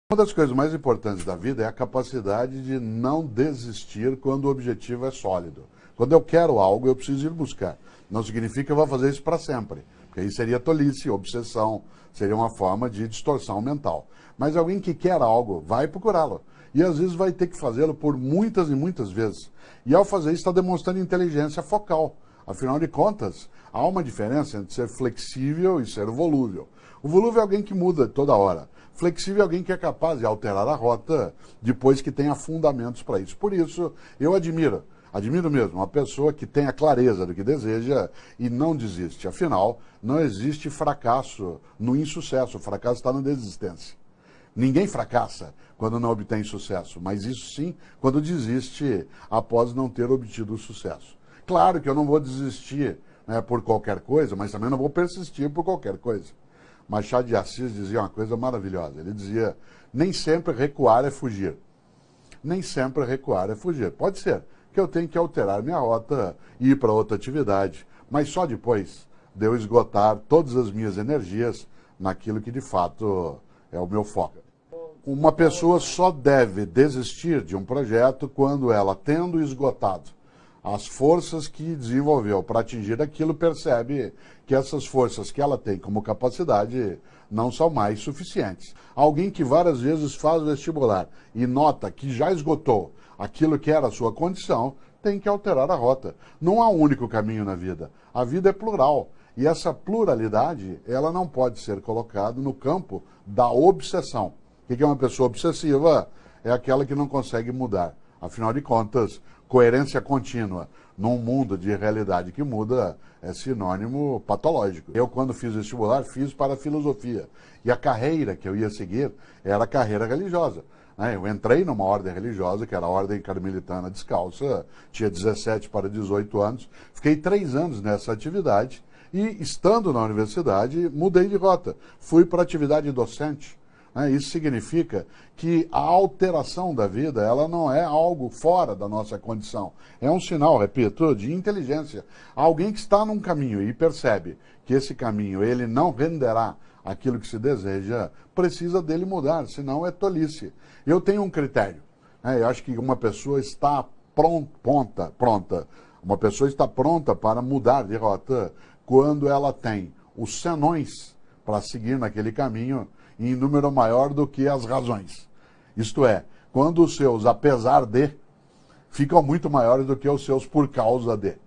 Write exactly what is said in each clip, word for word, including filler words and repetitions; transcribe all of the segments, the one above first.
Uma das coisas mais importantes da vida é a capacidade de não desistir quando o objetivo é sólido. Quando eu quero algo, eu preciso ir buscar. Não significa que eu vou fazer isso para sempre, porque aí seria tolice, obsessão, seria uma forma de distorção mental. Mas alguém que quer algo, vai procurá-lo. E às vezes vai ter que fazê-lo por muitas e muitas vezes. E ao fazer isso está demonstrando inteligência focal. Afinal de contas, há uma diferença entre ser flexível e ser volúvel. O volúvel é alguém que muda toda hora. Flexível é alguém que é capaz de alterar a rota depois que tenha fundamentos para isso. Por isso, eu admiro, admiro mesmo, uma pessoa que tem a clareza do que deseja e não desiste. Afinal, não existe fracasso no insucesso, o fracasso está na desistência. Ninguém fracassa quando não obtém sucesso, mas isso sim quando desiste após não ter obtido o sucesso. Claro que eu não vou desistir, né, por qualquer coisa, mas também não vou persistir por qualquer coisa. Machado de Assis dizia uma coisa maravilhosa. Ele dizia, nem sempre recuar é fugir. Nem sempre recuar é fugir. Pode ser que eu tenha que alterar minha rota e ir para outra atividade, mas só depois de eu esgotar todas as minhas energias naquilo que de fato é o meu foco. Uma pessoa só deve desistir de um projeto quando ela, tendo esgotado as forças que desenvolveu para atingir aquilo, percebe que essas forças que ela tem como capacidade não são mais suficientes. Alguém que várias vezes faz o vestibular e nota que já esgotou aquilo que era a sua condição, tem que alterar a rota. Não há um único caminho na vida. A vida é plural. E essa pluralidade, ela não pode ser colocada no campo da obsessão. O que é uma pessoa obsessiva? É aquela que não consegue mudar. Afinal de contas, coerência contínua num mundo de realidade que muda é sinônimo patológico. Eu, quando fiz vestibular, fiz para a filosofia. E a carreira que eu ia seguir era a carreira religiosa. Eu entrei numa ordem religiosa, que era a Ordem Carmelitana Descalça, tinha dezessete para dezoito anos, fiquei três anos nessa atividade e, estando na universidade, mudei de rota. Fui para a atividade docente. Isso significa que a alteração da vida, ela não é algo fora da nossa condição. É um sinal, repito, de inteligência. Alguém que está num caminho e percebe que esse caminho ele não renderá aquilo que se deseja, precisa dele mudar, senão é tolice. Eu tenho um critério. Né? Eu acho que uma pessoa está pronta, pronta, uma pessoa está pronta para mudar de rota quando ela tem os senões para seguir naquele caminho em número maior do que as razões. Isto é, quando os seus apesar de ficam muito maiores do que os seus por causa de.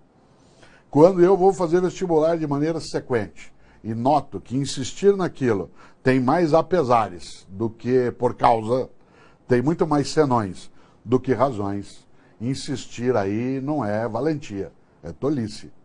Quando eu vou fazer vestibular de maneira sequente e noto que insistir naquilo tem mais apesares do que por causa, tem muito mais senões do que razões, insistir aí não é valentia, é tolice.